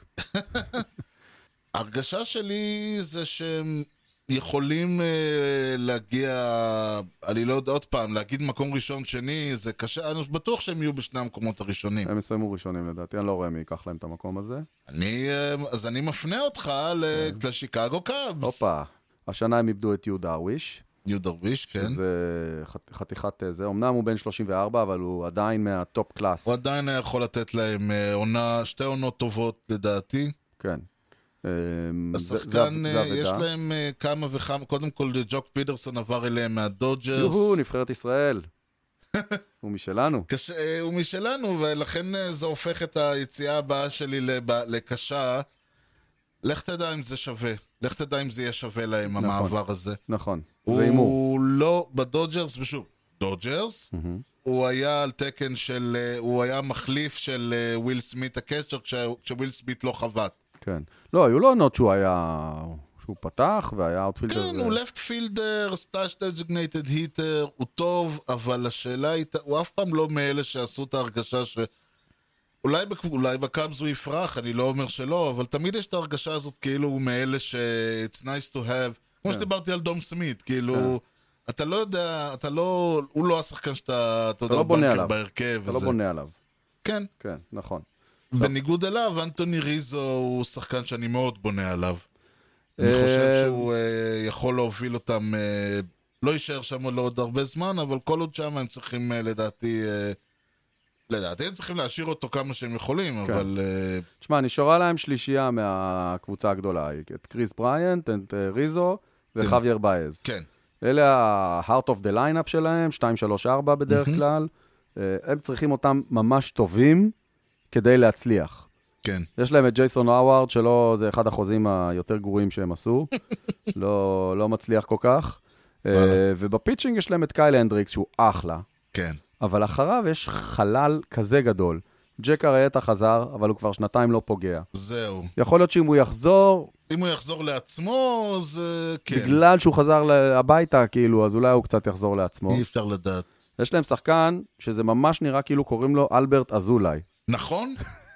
Speaker 2: הרגשה שלי זה שהם יכולים להגיע, אני לא יודע עוד פעם, להגיד מקום ראשון שני, זה קשה, אני בטוח שהם יהיו בשני המקומות הראשונים.
Speaker 1: הם יסיימו ראשונים לדעתי, אני לא רואה מי ייקח להם את המקום הזה.
Speaker 2: אז אני מפנה אותך לשיקגו קאבס.
Speaker 1: הופה, השנה הם איבדו את יו דרוויש.
Speaker 2: יו דרוויש, כן.
Speaker 1: זה חתיכת זה. אמנם הוא בן 34, אבל הוא עדיין מהטופ קלאס.
Speaker 2: הוא עדיין יכול לתת להם שתי עונות טובות לדעתי.
Speaker 1: כן.
Speaker 2: השחקן, יש להם כמה וכמה, קודם כל ג'וק פידרסון עבר אליהם מהדודג'רס.
Speaker 1: נבחרת ישראל. הוא משלנו.
Speaker 2: הוא משלנו, ולכן זה הופך את היציאה הבאה שלי לקשה. לך תדע אם זה שווה. לך תדע אם זה יהיה שווה להם, המעבר הזה.
Speaker 1: נכון.
Speaker 2: הוא לא, בדודג'רס, ושוב, דודג'רס, הוא היה על תקן של, הוא היה מחליף של וויל סמית הקשר, כשוויל סמית לא חוות.
Speaker 1: כן. לא, היו לו עונות שהוא פתח, והיה אוטפילדר.
Speaker 2: כן, הוא לפט פילדר, סטאש דזיגנייטד היטר, הוא טוב, אבל השאלה היא, הוא אף פעם לא מאלה שעשו את ההרגשה ש... אולי בקאבס הוא יפרח, אני לא אומר שלא, אבל תמיד יש את ההרגשה הזאת כאילו הוא מאלה ש... It's nice to have, כמו שדיברתי על דום סמית, כאילו, אתה לא יודע, הוא לא השחקן שאתה, אתה יודע, בנקר בהרכב.
Speaker 1: אתה לא בונה עליו.
Speaker 2: כן.
Speaker 1: כן, נכון.
Speaker 2: בניגוד אליו, אנטוני ריזו הוא שחקן שאני מאוד בונה עליו. אני חושב שהוא יכול להוביל אותם, לא יישאר שם לעוד הרבה זמן, אבל כל עוד שם הם צריכים, לדעתי, הם צריכים להשאיר אותו כמה שהם יכולים, אבל...
Speaker 1: תשמע, נשארה להם שלישייה מהקבוצה הגדולה, את קריס בריינט, את ריזו וחווייר בייז.
Speaker 2: כן.
Speaker 1: אלה ה-heart of the lineup שלהם, 2-3-4 בדרך כלל. הם צריכים אותם ממש טובים כדי להצליח.
Speaker 2: כן.
Speaker 1: יש להם את ג'ייסון האווארד, שלא, זה אחד החוזים היותר גרועים שהם עשו. לא מצליח כל כך. ובפיצ'ינג יש להם את קייל הנדריקס, שהוא אחלה.
Speaker 2: כן.
Speaker 1: אבל אחריו יש חלל כזה גדול. ג'ק אריאטה חזר, אבל הוא כבר שנתיים לא פוגע.
Speaker 2: זהו.
Speaker 1: יכול להיות שאם הוא יחזור...
Speaker 2: אם הוא יחזור לעצמו, אז כן.
Speaker 1: בגלל שהוא חזר הביתה, כאילו, אז אולי הוא קצת יחזור לעצמו.
Speaker 2: אי אפשר לדעת.
Speaker 1: יש להם שחקן שזה ממש נראה כאילו קוראים לו אלברט אזולאי.
Speaker 2: נכון?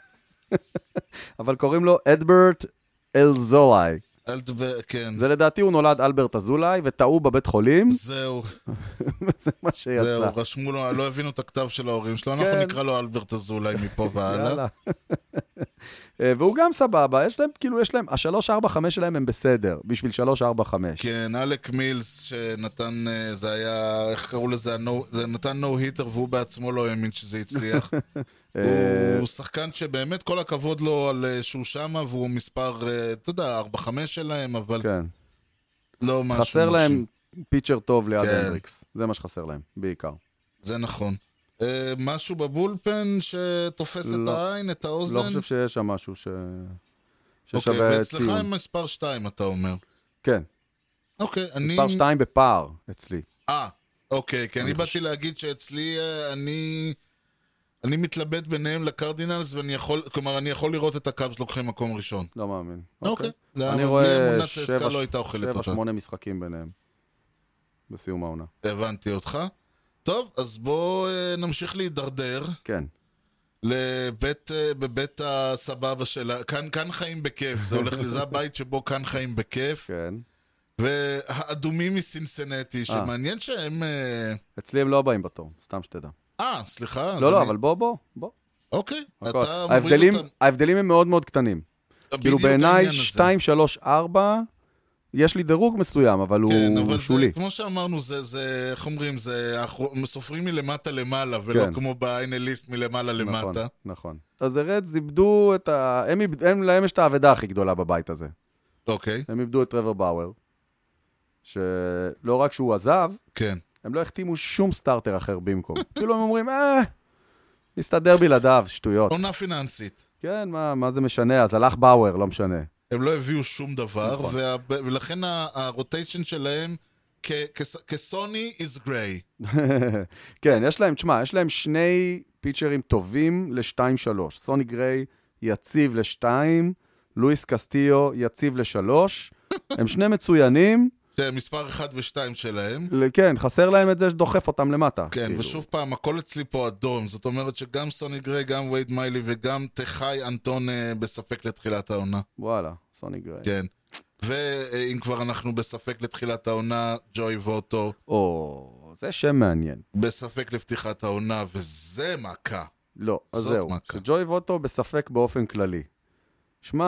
Speaker 1: אבל קוראים לו אדברט אלזולאי.
Speaker 2: כן.
Speaker 1: זה לדעתי הוא נולד אלברט אזולאי, וטעו בבית חולים.
Speaker 2: זהו.
Speaker 1: וזה מה שיצא.
Speaker 2: זהו, רשמו לו, לא הבינו את הכתב של ההורים שלו, אנחנו נקרא לו אלברט אזולאי מפה והלאה.
Speaker 1: והוא גם סבבה, יש להם, כאילו, יש להם, ה-3-4-5 שלהם הם בסדר, בשביל 3-4-5.
Speaker 2: כן, אלק מילס שנתן, זה היה, איך קראו לזה, זה נתן נו היטר, והוא בעצמו לא האמין שזה הצליח. הוא שחקן שבאמת כל הכבוד לו על שהוא שמה, והוא מספר, אתה יודע, 4-5 שלהם, אבל לא משהו.
Speaker 1: חסר להם פיצ'ר טוב ליד הנדריקס, זה מה שחסר להם, בעיקר.
Speaker 2: זה נכון. משהו בבולפן שתופס את העין, את האוזן?
Speaker 1: לא חושב שיש שם משהו ששווה
Speaker 2: ציון. אוקיי, ואצלך עם מספר 2, אתה אומר.
Speaker 1: כן.
Speaker 2: אוקיי, אני...
Speaker 1: מספר 2 בפער אצלי.
Speaker 2: אוקיי, כי אני באתי להגיד שאצלי אני מתלבט ביניהם לקרדינלס, ואני יכול, כלומר, אני יכול לראות את הקאבס לוקחים מקום ראשון.
Speaker 1: לא מאמין.
Speaker 2: אוקיי.
Speaker 1: אני רואה 7-8
Speaker 2: 7
Speaker 1: משחקים ביניהם. בסיום העונה.
Speaker 2: הבנתי אותך. טוב, אז בואו נמשיך להידרדר.
Speaker 1: כן.
Speaker 2: בבית הסבבה שלה. כאן חיים בכיף. זה הולך לזה הבית שבו כאן חיים בכיף.
Speaker 1: כן.
Speaker 2: והאדומים מסינסנטי, שמעניין שהם...
Speaker 1: אצלי הם לא הבאים בתור, סתם שתדע.
Speaker 2: סליחה.
Speaker 1: לא, אבל בוא.
Speaker 2: אוקיי, אתה מוריד אותם.
Speaker 1: ההבדלים הם מאוד מאוד קטנים. כאילו בעיניי 2, 3, 4, יש לי דירוג מסוים, אבל הוא שולי.
Speaker 2: כן, אבל כמו שאמרנו, זה, איך אומרים, זה סופרים מלמטה למעלה, ולא כמו ב-NList מלמעלה למטה.
Speaker 1: נכון. אז הרדס איבדו את ה... להם יש את העבודה הכי גדולה בבית הזה.
Speaker 2: אוקיי.
Speaker 1: הם איבדו את טרוור באואר, שלא רק שהוא עזב,
Speaker 2: כן.
Speaker 1: הם לא החתימו שום סטארטר אחר במקום. כאילו הם אומרים, נסתדר בלעדיו, שטויות.
Speaker 2: עונה פיננסית.
Speaker 1: כן, מה זה משנה? אז הלך באואר, לא משנה.
Speaker 2: הם לא הביאו שום דבר,
Speaker 1: נכון.
Speaker 2: ולכן הרוטיישן שלהם כסוני is gray.
Speaker 1: כן, יש להם שני פיצ'רים טובים ל-2-3. סוני גריי יציב ל-2, לואיס קסטיו יציב ל-3. הם שני מצוינים.
Speaker 2: מספר 1 ו-2 שלהם.
Speaker 1: כן, חסר להם את זה שדוחף אותם למטה.
Speaker 2: כן, כאילו. ושוב פעם, הכל אצלי פה אדום. זאת אומרת שגם סוני גריי, גם וייד מיילי וגם תחי אנטון בספק לתחילת העונה.
Speaker 1: וואלה, סוני גריי.
Speaker 2: כן. ואם כבר אנחנו בספק לתחילת העונה, ג'וי ווטו.
Speaker 1: זה שם מעניין.
Speaker 2: בספק לפתיחת העונה, וזה מכה.
Speaker 1: לא, אז זהו. ג'וי ווטו בספק באופן כללי. שמע,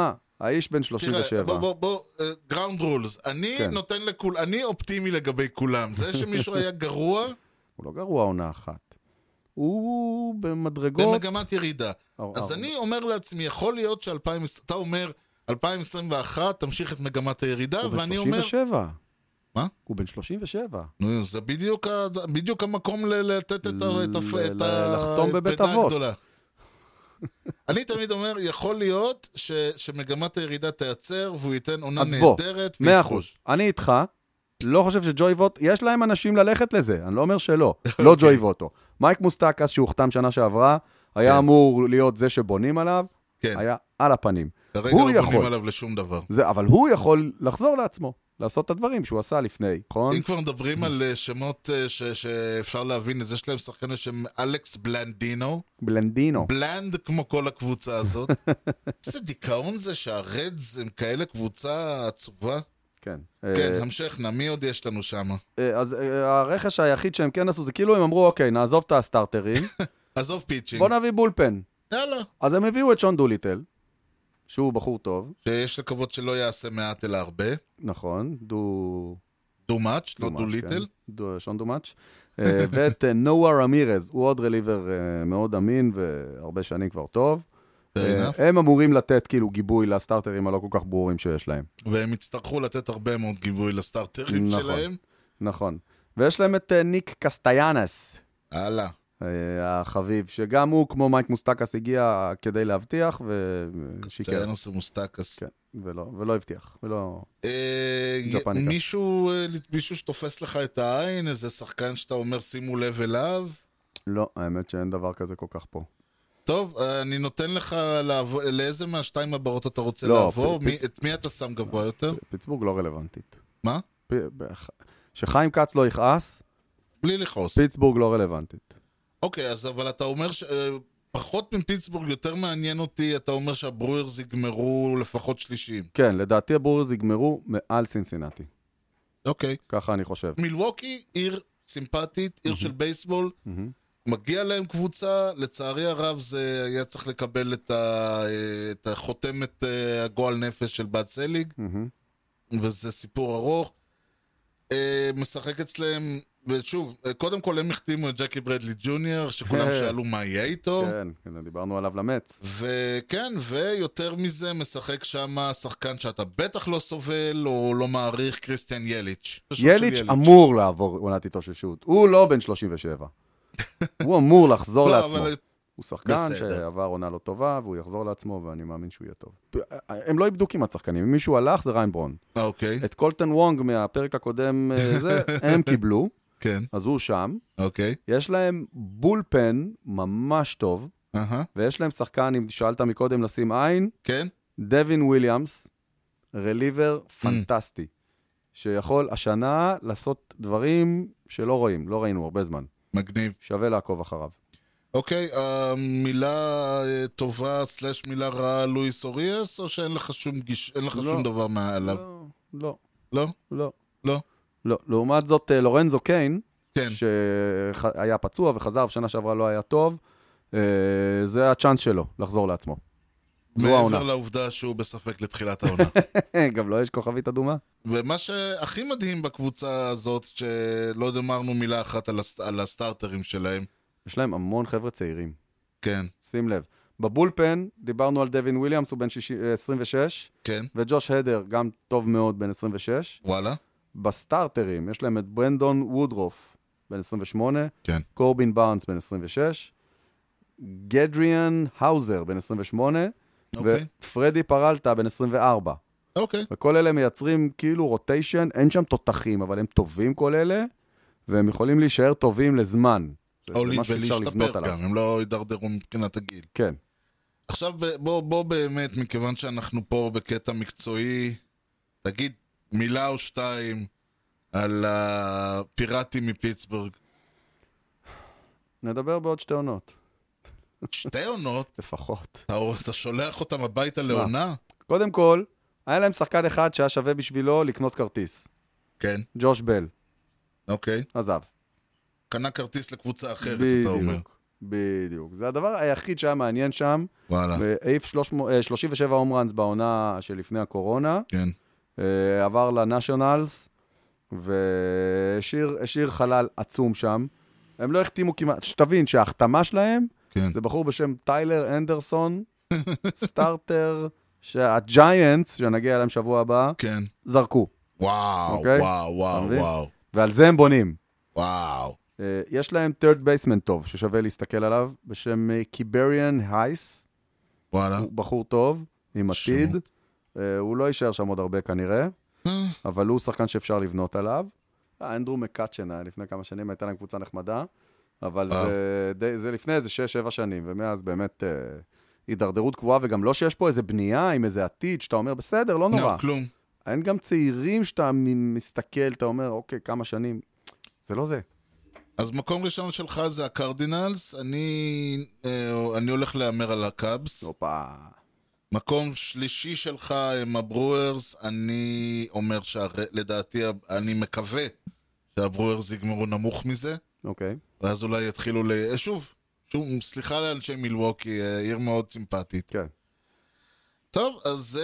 Speaker 1: האיש בן 37.
Speaker 2: תראה, בוא, גראונד רולס. אני
Speaker 1: כן.
Speaker 2: נותן אני אופטימי לגבי כולם. זה שמישהו היה גרוע,
Speaker 1: הוא לא גרוע עונה אחת. הוא במדרגות...
Speaker 2: במגמת ירידה. אז אני אומר לעצמי, יכול להיות אתה אומר, 2021 תמשיך את מגמת הירידה, ואני אומר...
Speaker 1: הוא בן 37.
Speaker 2: מה?
Speaker 1: הוא בן 37.
Speaker 2: נו, זה בדיוק המקום לתת את
Speaker 1: לחתום בבית
Speaker 2: הפרידה
Speaker 1: אבות.
Speaker 2: הגדולה. אני תמיד אומר, יכול להיות שמגמת הירידה תייצר, והוא ייתן עונה נהדרת ויפרוש.
Speaker 1: 100%. אני איתך, לא חושב שג'וי ווטו, יש להם אנשים ללכת לזה, אני לא אומר שלא, לא ג'וי ווטו. מייק מוסטקס, שהוא חתם שנה שעברה, היה אמור להיות זה שבונים עליו, היה על הפנים.
Speaker 2: כרגע לא בונים עליו לשום דבר.
Speaker 1: אבל הוא יכול לחזור לעצמו, לעשות את הדברים שהוא עשה לפני, נכון?
Speaker 2: אם כבר מדברים על שמות שאפשר להבין, אז יש להם שחקן בשם אלכס בלנדינו. בלנד כמו כל הקבוצה הזאת. איזה דיכאון זה שהרדס הם כאלה קבוצה עצובה?
Speaker 1: כן.
Speaker 2: כן, המשכנה, מי עוד יש לנו שם?
Speaker 1: אז הרכש היחיד שהם כן עשו, זה כאילו הם אמרו, אוקיי, נעזוב את הסטארטרים.
Speaker 2: עזוב פיצ'ינג.
Speaker 1: בוא נביא בולפן.
Speaker 2: יאללה.
Speaker 1: אז הם הביאו את שון דוליטל, שהוא בחור טוב.
Speaker 2: שיש לקוות שלא יעשה מעט אלא הרבה.
Speaker 1: נכון,
Speaker 2: דו-מאץ', לא דו-ליטל.
Speaker 1: שון דו-מאץ'. ואת נואה רמירז, הוא עוד רליבר מאוד אמין, והרבה שנים כבר טוב. הם אמורים לתת כאילו גיבוי לסטארטרים הלא כל כך ברורים שיש להם.
Speaker 2: והם יצטרכו לתת הרבה מאוד גיבוי לסטארטרים שלהם.
Speaker 1: נכון. ויש להם את ניק קסטיאנס.
Speaker 2: הלאה.
Speaker 1: החביב, שגם הוא כמו מייק מוסטקס הגיע כדי להבטיח ושיקר.
Speaker 2: קסטיאנוס ומוסטקס.
Speaker 1: כן, ולא הבטיח.
Speaker 2: מישהו שתופס לך את העין, איזה שחקן שאתה אומר שימו לב אליו?
Speaker 1: לא, האמת שאין דבר כזה כל כך פה.
Speaker 2: טוב, אני נותן לך לאיזה מהשתיים הבאות אתה רוצה לעבור? את מי אתה שם גבוה יותר?
Speaker 1: פיטסבורג לא רלוונטית.
Speaker 2: מה?
Speaker 1: שחיים כץ לא יכעס,
Speaker 2: בלי לכעוס.
Speaker 1: פיטסבורג לא רלוונטית.
Speaker 2: אוקיי, אז אבל אתה אומר פחות מפיטסבורג יותר מעניין אותי, אתה אומר שהברוארס יגמרו לפחות שלישים.
Speaker 1: כן, לדעתי הברוארס יגמרו מעל סינסינטי.
Speaker 2: אוקיי.
Speaker 1: ככה אני חושב.
Speaker 2: מילווקי, עיר סימפטית, עיר של בייסבול, מגיע להם קבוצה, לצערי הרב זה היה צריך לקבל את החותמת הגועל נפש של בת סליג, וזה סיפור ארוך. משחק אצלם, ושוב, קודם כל הם החתימו את ג'קי ברדלי ג'וניור, שכולם שאלו מה יהיה איתו.
Speaker 1: כן, דיברנו עליו למץ.
Speaker 2: וכן, ויותר מזה משחק שם שחקן שאתה בטח לא סובל או לא מעריך, קריסטיאן יליץ'.
Speaker 1: יליץ' אמור לעבור עונת התאוששות. הוא לא בן 37. הוא אמור לחזור לעצמו. הוא שחקן שעבר עונה לא טובה, והוא יחזור לעצמו, ואני מאמין שהוא יהיה טוב. הם לא איבדו כמעט שחקנים. אם מישהו הלך, זה ריין ברון.
Speaker 2: אוקיי.
Speaker 1: את קולטן וונג מהפרק הקודם, הם קיבלו.
Speaker 2: כן.
Speaker 1: אז הוא שם.
Speaker 2: אוקיי.
Speaker 1: יש להם בולפן ממש טוב, ויש להם שחקן, אם שאלת מקודם לשים עין,
Speaker 2: כן.
Speaker 1: דווין וויליאמס, רליבר פנטסטי, שיכול השנה לעשות דברים שלא רואים, לא ראינו הרבה זמן.
Speaker 2: מגניב.
Speaker 1: שווה לעקוב אחריו.
Speaker 2: אוקיי, מילה טובה סלש מילה רעה לואיס אוריאס, או שאין לך שום דבר מעליו?
Speaker 1: לא.
Speaker 2: לא?
Speaker 1: לא.
Speaker 2: לא?
Speaker 1: לא. לעומת זאת, לורנזו קיין,
Speaker 2: כן.
Speaker 1: שהיה פצוע וחזר, ושנה שעברה לא היה טוב, זה הצ'אנס שלו לחזור לעצמו.
Speaker 2: מעבר לעובדה שהוא בספק לתחילת העונה.
Speaker 1: גם לא יש כוכבית אדומה.
Speaker 2: ומה שהכי מדהים בקבוצה הזאת, שלא אמרנו מילה אחת על הסטארטרים שלהם.
Speaker 1: יש להם המון חבר'ה צעירים.
Speaker 2: כן.
Speaker 1: שים לב. בבולפן דיברנו על דווין וויליאמס, הוא בן 26.
Speaker 2: כן.
Speaker 1: וג'וש הדר, גם טוב מאוד, בן 26.
Speaker 2: וואלה.
Speaker 1: בסטארטרים יש להם את ברנדון וודרוף, בן 28.
Speaker 2: כן.
Speaker 1: קורבין בארנס, בן 26. גדריאן האוזר, בן 28. ופרדי פרלטה, בן 24.
Speaker 2: אוקיי.
Speaker 1: וכל אלה מייצרים כאילו רוטיישן, אין שם תותחים, אבל הם טובים כל אלה, והם יכולים להישאר טובים לזמן.
Speaker 2: או ולהשתפר גם, הם לא ידרדרו מבחינת הגיל.
Speaker 1: כן.
Speaker 2: עכשיו בוא באמת, מכיוון שאנחנו פה בקטע מקצועי, תגיד מילה או שתיים על הפיראטים מפיטסבורג.
Speaker 1: נדבר בעוד 2 עונות.
Speaker 2: 2 עונות?
Speaker 1: לפחות.
Speaker 2: אתה שולח אותם הביתה לעונה?
Speaker 1: קודם כל, היה להם שחקן אחד שהיה שווה בשבילו לקנות כרטיס.
Speaker 2: כן.
Speaker 1: ג'וש בל.
Speaker 2: אוקיי.
Speaker 1: עזב.
Speaker 2: קנה כרטיס לקבוצה אחרת, אתה אומר.
Speaker 1: בדיוק. זה הדבר היחיד שהיה מעניין שם.
Speaker 2: וואלה.
Speaker 1: העיף 37 הום ראנס בעונה שלפני הקורונה.
Speaker 2: כן.
Speaker 1: עבר לנשיונלס, והשאיר חלל עצום שם. הם לא החתימו כמעט, שתבין שההחתמה שלהם,
Speaker 2: כן.
Speaker 1: זה בחור בשם טיילר אנדרסון, סטארטר, שהג'יינטס, שנגיע אליהם שבוע הבא,
Speaker 2: כן.
Speaker 1: זרקו.
Speaker 2: וואו,
Speaker 1: אוקיי?
Speaker 2: וואו, וואו,
Speaker 1: מבין?
Speaker 2: וואו.
Speaker 1: ועל זה הם בונים.
Speaker 2: וואו.
Speaker 1: יש להם third baseman טוב, ששווה להסתכל עליו, בשם קיבריאן הייס.
Speaker 2: וואלה.
Speaker 1: הוא בחור טוב, עם עתיד. הוא לא יישאר שם עוד הרבה כנראה, אבל הוא שחקן שאפשר לבנות עליו. אנדרו מקאצ'ן היה לפני כמה שנים, הייתה להם קבוצה נחמדה, אבל זה לפני איזה 6-7 שנים, ומאז באמת הידרדרות קבועה, וגם לא שיש פה איזה בנייה עם איזה עתיד, שאתה אומר, בסדר, לא נורא.
Speaker 2: לא, כלום.
Speaker 1: אין גם צעירים שאתה מסתכל, אתה אומר, אוקיי, כמה שנים. זה לא זה.
Speaker 2: אז מקום ראשון שלך זה הקרדינלס, אני הולך להאמר על הקאבס.
Speaker 1: אופה.
Speaker 2: מקום שלישי שלך הם הברוארס, אני אומר שלדעתי, אני מקווה שהברוארס יגמרו נמוך מזה,
Speaker 1: אוקיי.
Speaker 2: ואז אולי יתחילו שוב, סליחה לאנשי מילווקי, עיר מאוד סימפטית.
Speaker 1: כן.
Speaker 2: טוב, אז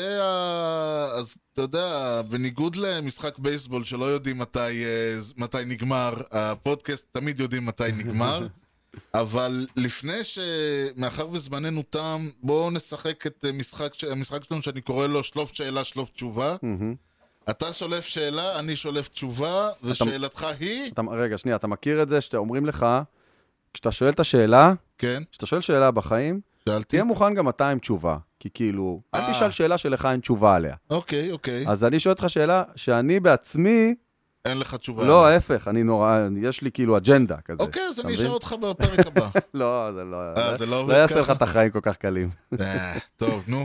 Speaker 2: אז אתה יודע, בניגוד למשחק בייסבול שלא יודעים מתי נגמר, הפודקאסט תמיד יודעים מתי נגמר, אבל לפני מאחר וזמננו תם, בואו נשחק את המשחק שלנו שאני קורא לו שלוף שאלה, שלוף תשובה. אתה שולף שאלה, אני שולף תשובה, ושאלתך היא?
Speaker 1: רגע, שנייה, אתה מכיר את זה שאתה אומרים לך, כשאתה שואל את השאלה,
Speaker 2: כן.
Speaker 1: כשאתה שואל שאלה בחיים,
Speaker 2: שאלתי.
Speaker 1: תהיה מוכן גם אתה עם תשובה. כי כאילו, אל תשאל שאלה שלך אין תשובה עליה.
Speaker 2: אוקיי, אוקיי.
Speaker 1: אז אני שואל אותך שאלה שאני בעצמי,
Speaker 2: אין לך תשובה.
Speaker 1: לא, ההפך, אני נורא, יש לי כאילו אג'נדה כזה.
Speaker 2: אוקיי, אז אני אשאל אותך בפרק הבא.
Speaker 1: לא, זה לא...
Speaker 2: זה לא עובד
Speaker 1: ככה. לא יעשה לך
Speaker 2: ככה?
Speaker 1: את החיים כל כך קלים.
Speaker 2: טוב, נו.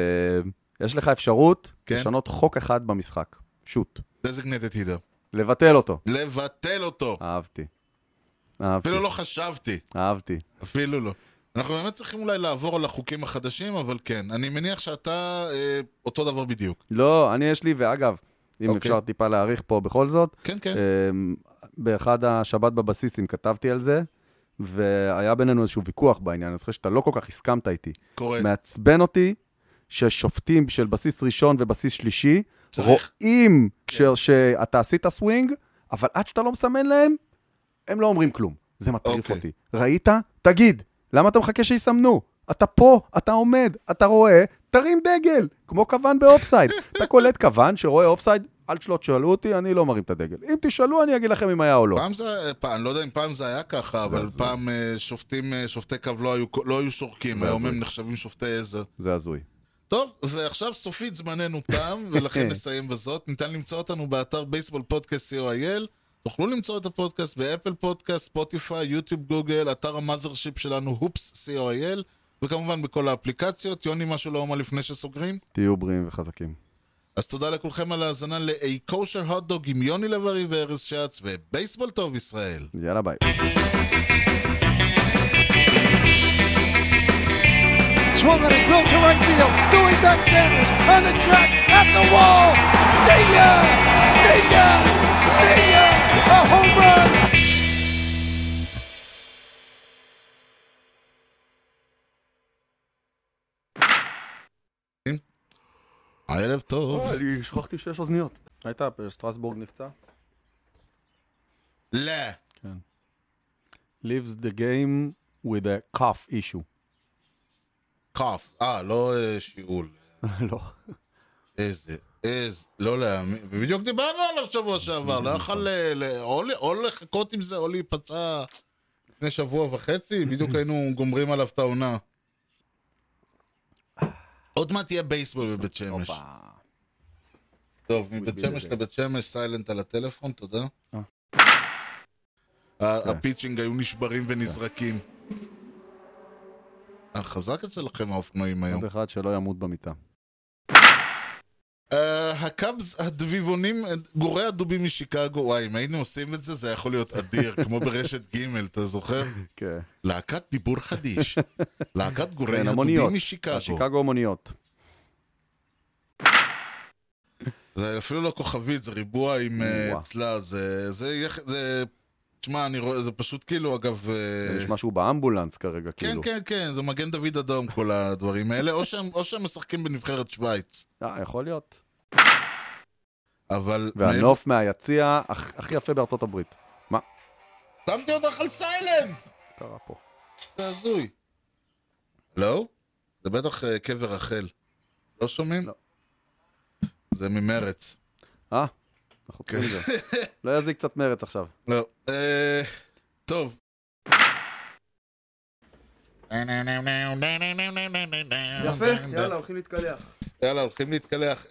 Speaker 1: יש לך אפשרות
Speaker 2: כן.
Speaker 1: לשנות חוק אחד במשחק. שוט.
Speaker 2: designated hitter.
Speaker 1: לבטל אותו.
Speaker 2: לבטל אותו.
Speaker 1: אהבתי.
Speaker 2: אפילו לא חשבתי.
Speaker 1: אהבתי.
Speaker 2: אפילו לא. אנחנו באמת צריכים אולי לעבור על החוקים החדשים, אבל כן. אני מניח שאתה אותו דבר בדיוק.
Speaker 1: לא, אני יש לי, ואגב, אם אפשר טיפה להאריך פה בכל זאת,
Speaker 2: כן, כן.
Speaker 1: באחד השבת בבסיסים כתבתי על זה, והיה בינינו איזשהו ויכוח בעניין, אני חושב שאתה לא כל כך הסכמת איתי.
Speaker 2: קורא.
Speaker 1: מעצבן אותי ששופטים של בסיס ראשון ובסיס שלישי, רואים שאתה עשית סווינג, אבל עד שאתה לא מסמן להם, הם לא אומרים כלום. זה מטריף אותי. ראית? תגיד, למה אתה מחכה שיסמנו? אתה פה, אתה עומד, אתה רואה, תרים דגל, כמו כוון באופסייד. אתה קולט כוון שרואה אופסייד, אל תשאלו אותי, אני לא מרים את הדגל. אם תשאלו, אני אגיד לכם אם היה או לא.
Speaker 2: אני לא יודע אם פעם זה היה ככה, אבל פעם שופטי קו לא היו שורקים, היום הם נחשבים שופטי עזר.
Speaker 1: זה הזוי.
Speaker 2: טוב, ועכשיו סופית זמננו תם, ולכן נסיים בזאת. ניתן למצוא אותנו באתר בייסבול פודקאסט co.il. תוכלו למצוא את הפודקאסט באפל פודקאסט, ספוטיפיי, יוטיוב, גוגל, אתר המאזרשיפ שלנו, הופס co.il, וכמובן בכל האפליקציות. יוני, משהו לאומה לפני שסוגרים?
Speaker 1: תהיו בריאים וחזקים.
Speaker 2: אז תודה לכולכם על ההאזנה ל-A Kosher Hot Dog עם יוני לב-ארי וארז שץ, ובייסבול טוב ישראל.
Speaker 1: יאללה ביי.
Speaker 3: Swung on a drill to right field. Doing back Sanders on the track at the wall. See ya! See ya! See ya! A home run!
Speaker 2: ערב טוב.
Speaker 1: אני שכחתי שיש אוזניות. הייתה, סטרסבורג נפצע?
Speaker 2: לא.
Speaker 1: כן. Leaves the game with a cough issue.
Speaker 2: קוף. לא שיעול.
Speaker 1: לא.
Speaker 2: לא להאמין. בדיוק דיברנו עליו שבוע שעבר. לא יכול או לחכות עם זה, או להיפצע לפני שבוע וחצי. בדיוק היינו גומרים עליו את העונה. עוד מעט תהיה בייסבול בבית שמש. טוב, מבית שמש לבית שמש, סיילנט על הטלפון, תודה. הפיצ'ינג היו נשברים ונזרקים. חזק אצלכם האופנועים היום.
Speaker 1: עוד אחד שלא ימות במיטה.
Speaker 2: הקאבס, הדביבונים, גורי הדובים משיקגו, וואי, אם היינו עושים את זה, זה יכול להיות אדיר, כמו ברשת ג', אתה זוכר?
Speaker 1: כן.
Speaker 2: להקת דיבור חדיש. להקת גורי
Speaker 1: כן,
Speaker 2: הדובים משיקגו.
Speaker 1: השיקגו המוניות.
Speaker 2: זה אפילו לא כוכבית, זה ריבוע עם צלה, זה תשמע, אני רואה, זה פשוט כאילו, אגב...
Speaker 1: יש משהו באמבולנס כרגע,
Speaker 2: כן,
Speaker 1: כאילו.
Speaker 2: כן, כן, זה מגן דוד אדום, כל הדברים האלה, או שהם משחקים בנבחרת שוויץ.
Speaker 1: יכול להיות.
Speaker 2: אבל...
Speaker 1: והנוף מהיציע הכי יפה בארצות הברית. מה?
Speaker 2: שמתי אותך על סיילנט!
Speaker 1: קרה פה.
Speaker 2: זה הזוי. לא? זה בטח קבר רחל. לא שומעים?
Speaker 1: לא.
Speaker 2: זה ממרץ.
Speaker 1: אנחנו צריכים את זה. לא יזיק קצת מרץ עכשיו.
Speaker 2: לא. טוב.
Speaker 1: יפה, יאללה, הולכים להתקלח.
Speaker 2: יאללה, הולכים להתקלח.